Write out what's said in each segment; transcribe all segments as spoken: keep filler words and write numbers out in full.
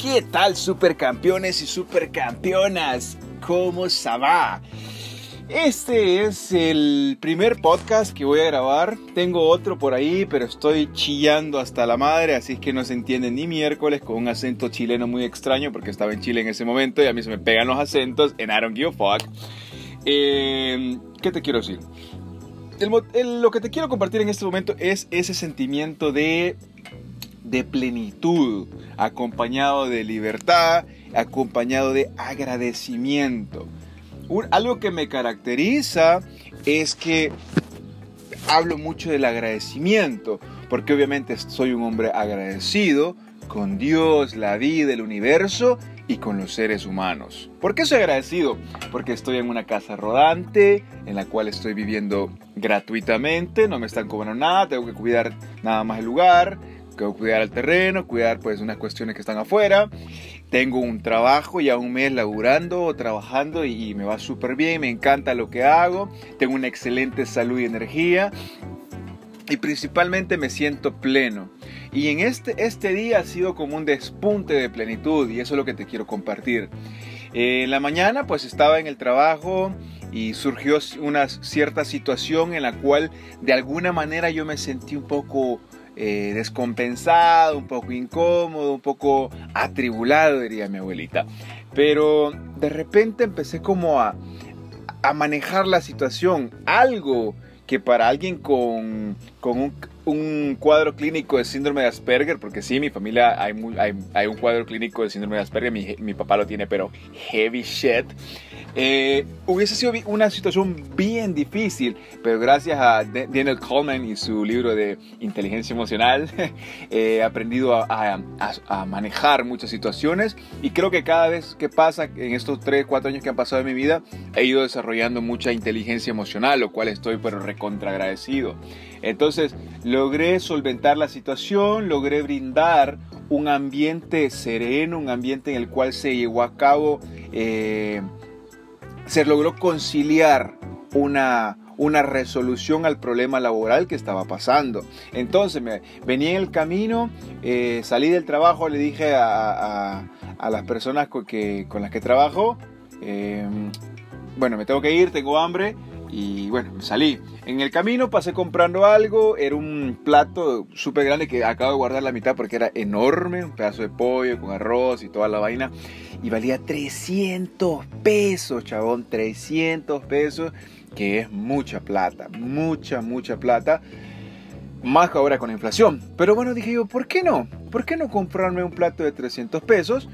¿Qué tal, supercampeones y supercampeonas? ¿Cómo se va? Este es el primer podcast que voy a grabar. Tengo otro por ahí, pero estoy chillando hasta la madre, así es que no se entiende ni miércoles, con un acento chileno muy extraño, porque estaba en Chile en ese momento y a mí se me pegan los acentos, and I don't give a fuck. Eh, ¿Qué te quiero decir? El, el, lo que te quiero compartir en este momento es ese sentimiento de... de plenitud, acompañado de libertad, acompañado de agradecimiento. Un, algo que me caracteriza es que hablo mucho del agradecimiento, porque obviamente soy un hombre agradecido con Dios, la vida, el universo y con los seres humanos. ¿Por qué soy agradecido? Porque estoy en una casa rodante, en la cual estoy viviendo gratuitamente, no me están cobrando nada, tengo que cuidar nada más el lugar, tengo que cuidar el terreno, cuidar pues unas cuestiones que están afuera. Tengo un trabajo, ya un mes laburando o trabajando y, y me va súper bien, me encanta lo que hago. Tengo una excelente salud y energía y principalmente me siento pleno. Y en este, este día ha sido como un despunte de plenitud y eso es lo que te quiero compartir. Eh, en la mañana pues estaba en el trabajo y surgió una cierta situación en la cual de alguna manera yo me sentí un poco... Eh, descompensado, un poco incómodo, un poco atribulado, diría mi abuelita. Pero de repente empecé como a, a manejar la situación. Algo que para alguien con, con un, un cuadro clínico de síndrome de Asperger, porque sí, mi familia hay, muy, hay, hay un cuadro clínico de síndrome de Asperger, mi, mi papá lo tiene, pero heavy shit. Eh, hubiese sido una situación bien difícil, pero gracias a Daniel Goleman y su libro de inteligencia emocional he aprendido a, a, a manejar muchas situaciones y creo que cada vez que pasa en estos tres, cuatro años que han pasado en mi vida he ido desarrollando mucha inteligencia emocional, lo cual estoy pero recontra agradecido. Entonces logré solventar la situación, logré brindar un ambiente sereno, un ambiente en el cual se llevó a cabo eh, se logró conciliar una, una resolución al problema laboral que estaba pasando. Entonces me venía en el camino, eh, salí del trabajo, le dije a, a, a las personas con, que, con las que trabajo, eh, bueno, me tengo que ir, tengo hambre. Y bueno, salí. En el camino pasé comprando algo. Era un plato súper grande que acabo de guardar la mitad porque era enorme. Un pedazo de pollo con arroz y toda la vaina. Y valía trescientos pesos, chabón. trescientos pesos. Que es mucha plata. Mucha, mucha plata. Más que ahora con la inflación. Pero bueno, dije yo, ¿por qué no? ¿Por qué no comprarme un plato de trescientos pesos?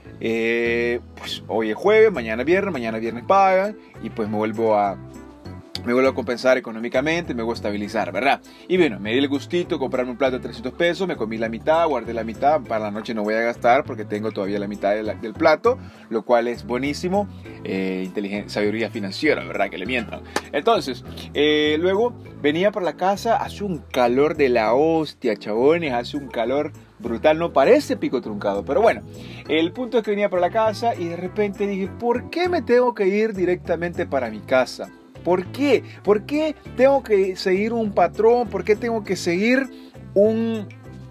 Eh, pues hoy es jueves, mañana viernes. Mañana viernes pagan. Y pues me vuelvo a... Me vuelvo a compensar económicamente, me vuelvo a estabilizar, ¿verdad? Y bueno, me di el gustito, comprarme un plato de trescientos pesos, me comí la mitad, guardé la mitad, para la noche no voy a gastar porque tengo todavía la mitad de la, del plato, lo cual es buenísimo, eh, inteligencia, sabiduría financiera, ¿verdad? Que le mientan. Entonces, eh, luego venía por la casa, hace un calor de la hostia, chabones, hace un calor brutal, no parece pico truncado, pero bueno, el punto es que venía por la casa y de repente dije, ¿por qué me tengo que ir directamente para mi casa? ¿Por qué? ¿Por qué tengo que seguir un patrón? ¿Por qué tengo que seguir un,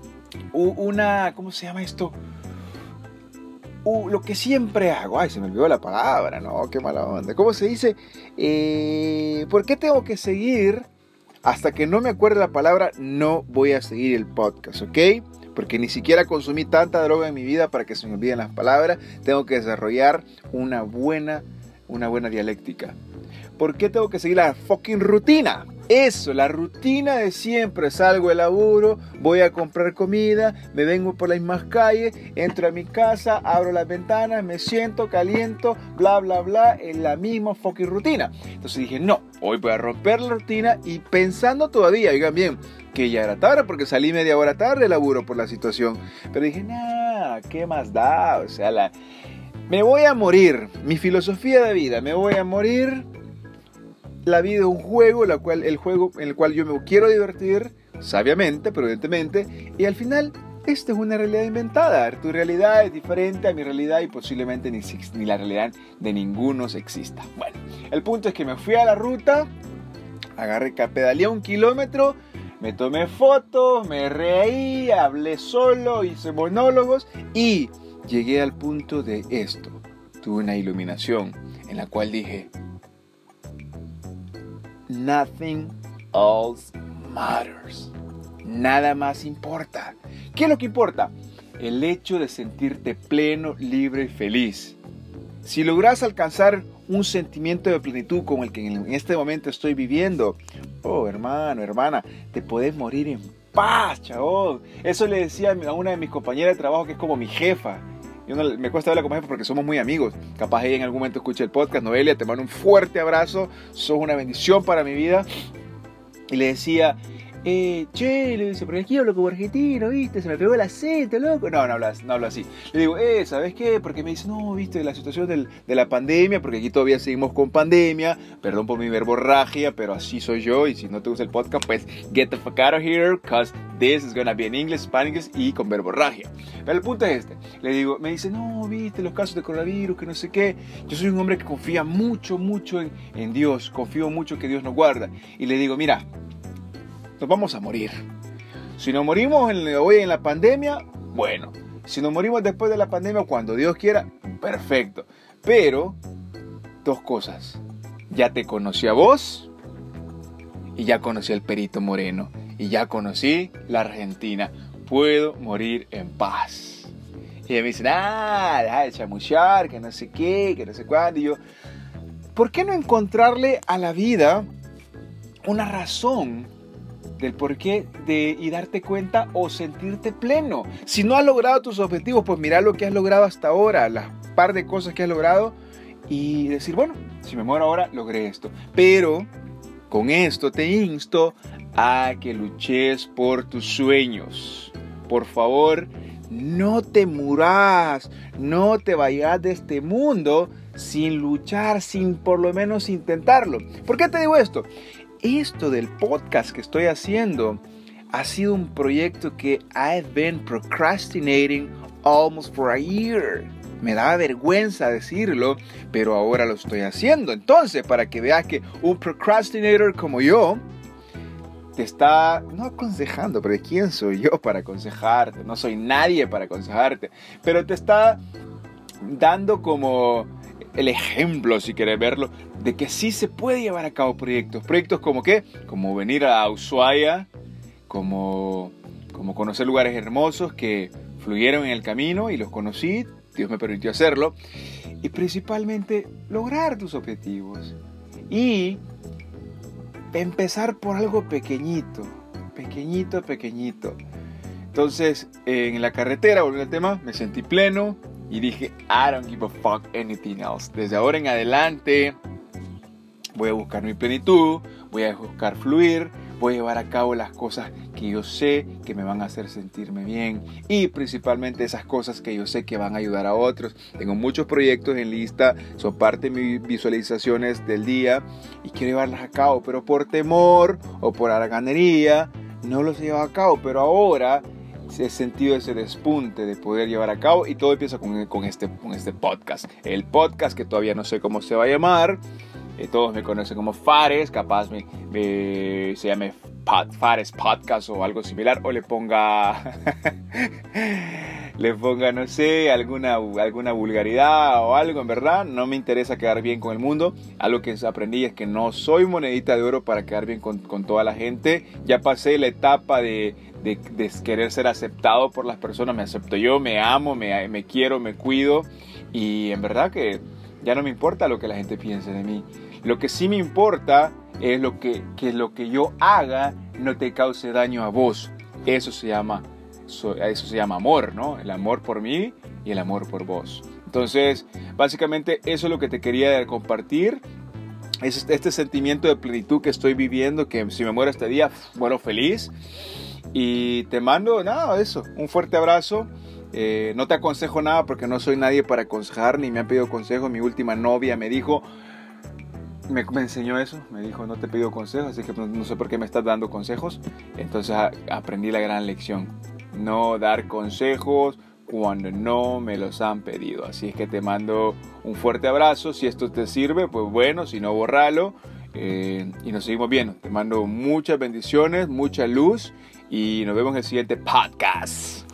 una, ¿cómo se llama esto? Uh, lo que siempre hago. Ay, se me olvidó la palabra, ¿no? Qué mala onda. ¿Cómo se dice? Eh, ¿Por qué tengo que seguir? Hasta que no me acuerde la palabra, no voy a seguir el podcast, ¿ok? Porque ni siquiera consumí tanta droga en mi vida para que se me olviden las palabras. Tengo que desarrollar una buena, una buena dialéctica. ¿Por qué tengo que seguir la fucking rutina? Eso, la rutina de siempre. Salgo de laburo, voy a comprar comida, me vengo por las mismas calles, entro a mi casa, abro las ventanas, me siento, caliento, bla, bla, bla, en la misma fucking rutina. Entonces dije, no, hoy voy a romper la rutina y pensando todavía, oigan bien, que ya era tarde porque salí media hora tarde de laburo por la situación. Pero dije, nah, ¿qué más da? O sea, la... me voy a morir. Mi filosofía de vida, me voy a morir... La vida es un juego, la cual, el juego en el cual yo me quiero divertir, sabiamente, prudentemente, y al final, esta es una realidad inventada. Tu realidad es diferente a mi realidad y posiblemente ni, ni la realidad de ninguno exista. Bueno, el punto es que me fui a la ruta, agarré, pedaleé un kilómetro, me tomé fotos, me reí, hablé solo, hice monólogos y llegué al punto de esto. Tuve una iluminación en la cual dije, nothing else matters. Nada más importa. ¿Qué es lo que importa? El hecho de sentirte pleno, libre y feliz. Si logras alcanzar un sentimiento de plenitud como el que en este momento estoy viviendo, oh hermano, hermana, te podés morir en paz, chavo. Eso le decía a una de mis compañeras de trabajo que es como mi jefa. Yo no, me cuesta hablar como jefa porque somos muy amigos. Capaz ella en algún momento escucha el podcast. Noelia, te mando un fuerte abrazo. Sos una bendición para mi vida. Y le decía, eh, che, le dice, pero aquí hablo como argentino, ¿viste? Se me pegó el acento, loco. No, no hablo, no hablo así. Le digo, eh, ¿sabes qué? Porque me dice, no, ¿viste? La situación del, de la pandemia, porque aquí todavía seguimos con pandemia. Perdón por mi verborragia, pero así soy yo. Y si no te gusta el podcast, pues get the fuck out of here, because this is gonna be in English, Spanish y con verborragia. Pero el punto es este. Le digo, me dice, no, ¿viste? Los casos de coronavirus, que no sé qué. Yo soy un hombre que confía mucho, mucho en, en Dios. Confío mucho que Dios nos guarda. Y le digo, mira, nos vamos a morir. Si nos morimos en, hoy en la pandemia, bueno. Si nos morimos después de la pandemia, cuando Dios quiera, perfecto. Pero, dos cosas. Ya te conocí a vos y ya conocí al Perito Moreno y ya conocí la Argentina. Puedo morir en paz. Y ella me dice, ah, deja de chamuchar, que no sé qué, que no sé cuándo. Y yo, ¿por qué no encontrarle a la vida una razón del porqué de, y darte cuenta o sentirte pleno? Si no has logrado tus objetivos, pues mira lo que has logrado hasta ahora, las par de cosas que has logrado y decir, bueno, si me muero ahora, logré esto. Pero con esto te insto a que luches por tus sueños. Por favor, no te muras, no te vayas de este mundo sin luchar, sin por lo menos intentarlo. ¿Por qué te digo esto? Esto del podcast que estoy haciendo ha sido un proyecto que I've been procrastinating almost for a year. Me da vergüenza decirlo, pero ahora lo estoy haciendo. Entonces, para que veas que un procrastinator como yo te está, no aconsejando, pero ¿quién soy yo para aconsejarte? No soy nadie para aconsejarte, pero te está dando como el ejemplo, si quieres verlo, de que sí se puede llevar a cabo proyectos. Proyectos como ¿qué? Como venir a Ushuaia, como, como conocer lugares hermosos que fluyeron en el camino y los conocí, Dios me permitió hacerlo, y principalmente lograr tus objetivos. Y empezar por algo pequeñito, pequeñito, pequeñito. Entonces, en la carretera, volviendo al tema, me sentí pleno y dije, I don't give a fuck anything else. Desde ahora en adelante voy a buscar mi plenitud, voy a buscar fluir, voy a llevar a cabo las cosas que yo sé que me van a hacer sentirme bien y principalmente esas cosas que yo sé que van a ayudar a otros. Tengo muchos proyectos en lista, son parte de mis visualizaciones del día y quiero llevarlas a cabo, pero por temor o por haraganería no los he llevado a cabo, pero ahora he sentido ese despunte de poder llevar a cabo y todo empieza con, con, este, con este podcast. El podcast que todavía no sé cómo se va a llamar. Eh, todos me conocen como Fares, capaz me, me, se llame Pod, Fares Podcast o algo similar, o le ponga, le ponga, no sé, alguna, alguna vulgaridad o algo. En verdad, no me interesa quedar bien con el mundo. Algo que aprendí es que no soy monedita de oro para quedar bien con, con toda la gente. Ya pasé la etapa de, de, de querer ser aceptado por las personas. Me acepto yo, me amo, me, me quiero, me cuido y en verdad que ya no me importa lo que la gente piense de mí. Lo que sí me importa es lo que, que lo que yo haga no te cause daño a vos. Eso se llama, eso se llama amor, ¿no? El amor por mí y el amor por vos. Entonces, básicamente eso es lo que te quería compartir. Es este sentimiento de plenitud que estoy viviendo, que si me muero este día, muero feliz. Y te mando, nada, eso, un fuerte abrazo. Eh, no te aconsejo nada porque no soy nadie para aconsejar, ni me han pedido consejos. Mi última novia me dijo... Me, me enseñó eso, me dijo no te pido consejos, así que no, no sé por qué me estás dando consejos. Entonces a, aprendí la gran lección, no dar consejos cuando no me los han pedido. Así es que te mando un fuerte abrazo, si esto te sirve, pues bueno, si no, bórralo eh, y nos seguimos viendo. Te mando muchas bendiciones, mucha luz y nos vemos en el siguiente podcast.